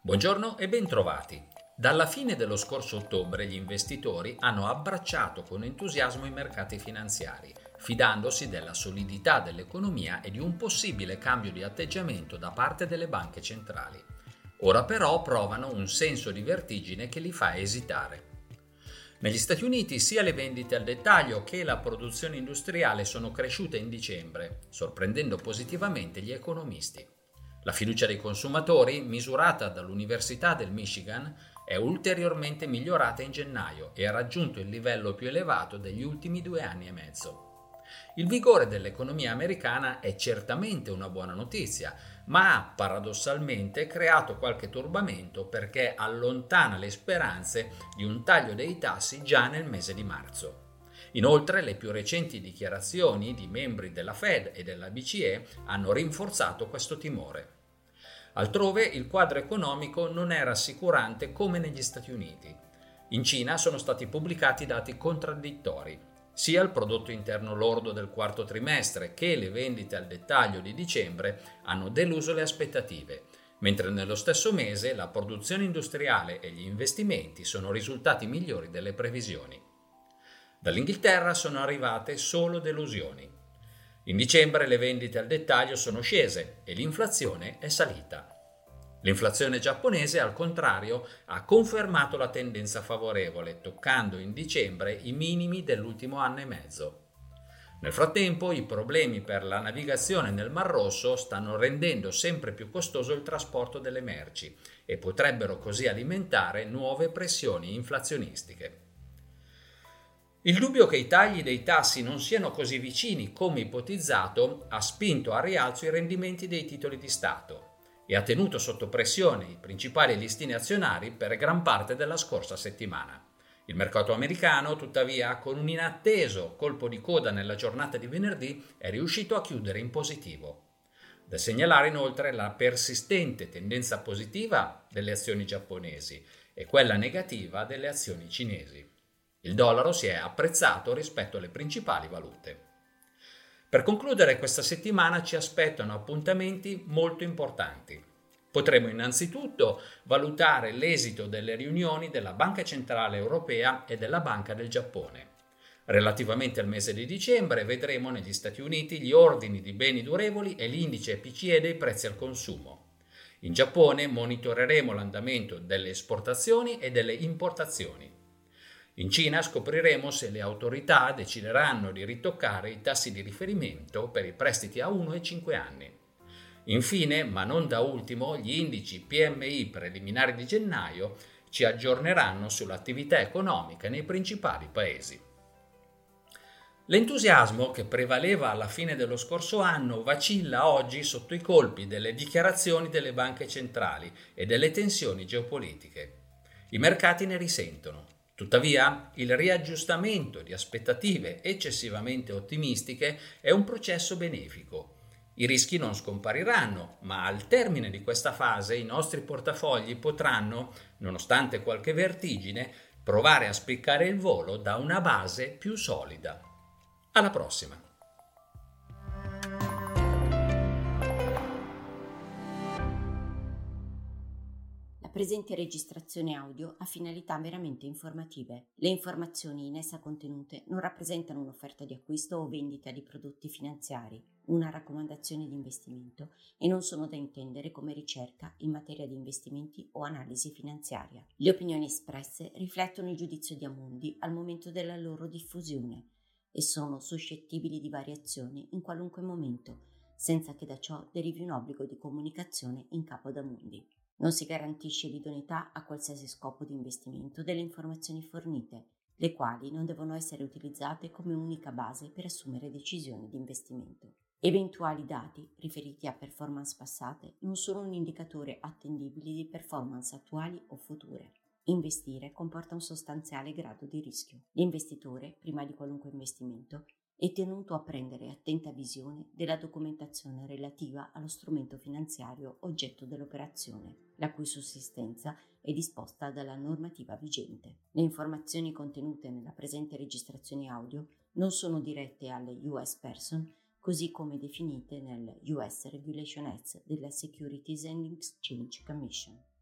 Buongiorno e bentrovati. Dalla fine dello scorso ottobre gli investitori hanno abbracciato con entusiasmo i mercati finanziari, fidandosi della solidità dell'economia e di un possibile cambio di atteggiamento da parte delle banche centrali. Ora però provano un senso di vertigine che li fa esitare. Negli Stati Uniti sia le vendite al dettaglio che la produzione industriale sono cresciute in dicembre, sorprendendo positivamente gli economisti. La fiducia dei consumatori, misurata dall'Università del Michigan, è ulteriormente migliorata in gennaio e ha raggiunto il livello più elevato degli ultimi 2 anni e mezzo. Il vigore dell'economia americana è certamente una buona notizia, ma ha paradossalmente creato qualche turbamento perché allontana le speranze di un taglio dei tassi già nel mese di marzo. Inoltre, le più recenti dichiarazioni di membri della Fed e della BCE hanno rinforzato questo timore. Altrove il quadro economico non è rassicurante come negli Stati Uniti. In Cina sono stati pubblicati dati contraddittori. Sia il prodotto interno lordo del quarto trimestre che le vendite al dettaglio di dicembre hanno deluso le aspettative, mentre nello stesso mese la produzione industriale e gli investimenti sono risultati migliori delle previsioni. Dall'Inghilterra sono arrivate solo delusioni. In dicembre le vendite al dettaglio sono scese e l'inflazione è salita. L'inflazione giapponese, al contrario, ha confermato la tendenza favorevole, toccando in dicembre i minimi dell'ultimo anno e mezzo. Nel frattempo, i problemi per la navigazione nel Mar Rosso stanno rendendo sempre più costoso il trasporto delle merci e potrebbero così alimentare nuove pressioni inflazionistiche. Il dubbio che i tagli dei tassi non siano così vicini come ipotizzato ha spinto al rialzo i rendimenti dei titoli di Stato e ha tenuto sotto pressione i principali listini azionari per gran parte della scorsa settimana. Il mercato americano, tuttavia, con un inatteso colpo di coda nella giornata di venerdì, è riuscito a chiudere in positivo. Da segnalare inoltre la persistente tendenza positiva delle azioni giapponesi e quella negativa delle azioni cinesi. Il dollaro si è apprezzato rispetto alle principali valute. Per concludere, questa settimana ci aspettano appuntamenti molto importanti. Potremo innanzitutto valutare l'esito delle riunioni della Banca Centrale Europea e della Banca del Giappone. Relativamente al mese di dicembre vedremo negli Stati Uniti gli ordini di beni durevoli e l'indice PCE dei prezzi al consumo. In Giappone monitoreremo l'andamento delle esportazioni e delle importazioni. In Cina scopriremo se le autorità decideranno di ritoccare i tassi di riferimento per i prestiti a 1 e 5 anni. Infine, ma non da ultimo, gli indici PMI preliminari di gennaio ci aggiorneranno sull'attività economica nei principali paesi. L'entusiasmo che prevaleva alla fine dello scorso anno vacilla oggi sotto i colpi delle dichiarazioni delle banche centrali e delle tensioni geopolitiche. I mercati ne risentono. Tuttavia, il riaggiustamento di aspettative eccessivamente ottimistiche è un processo benefico. I rischi non scompariranno, ma al termine di questa fase i nostri portafogli potranno, nonostante qualche vertigine, provare a spiccare il volo da una base più solida. Alla prossima! La presente registrazione audio ha finalità meramente informative. Le informazioni in essa contenute non rappresentano un'offerta di acquisto o vendita di prodotti finanziari, una raccomandazione di investimento e non sono da intendere come ricerca in materia di investimenti o analisi finanziaria. Le opinioni espresse riflettono il giudizio di Amundi al momento della loro diffusione e sono suscettibili di variazioni in qualunque momento, senza che da ciò derivi un obbligo di comunicazione in capo ad Amundi. Non si garantisce l'idoneità a qualsiasi scopo di investimento delle informazioni fornite, le quali non devono essere utilizzate come unica base per assumere decisioni di investimento. Eventuali dati riferiti a performance passate non sono un indicatore attendibile di performance attuali o future. Investire comporta un sostanziale grado di rischio. L'investitore, prima di qualunque investimento, è tenuto a prendere attenta visione della documentazione relativa allo strumento finanziario oggetto dell'operazione, la cui sussistenza è disposta dalla normativa vigente. Le informazioni contenute nella presente registrazione audio non sono dirette alle US Person, così come definite nel US Regulation Act della Securities and Exchange Commission.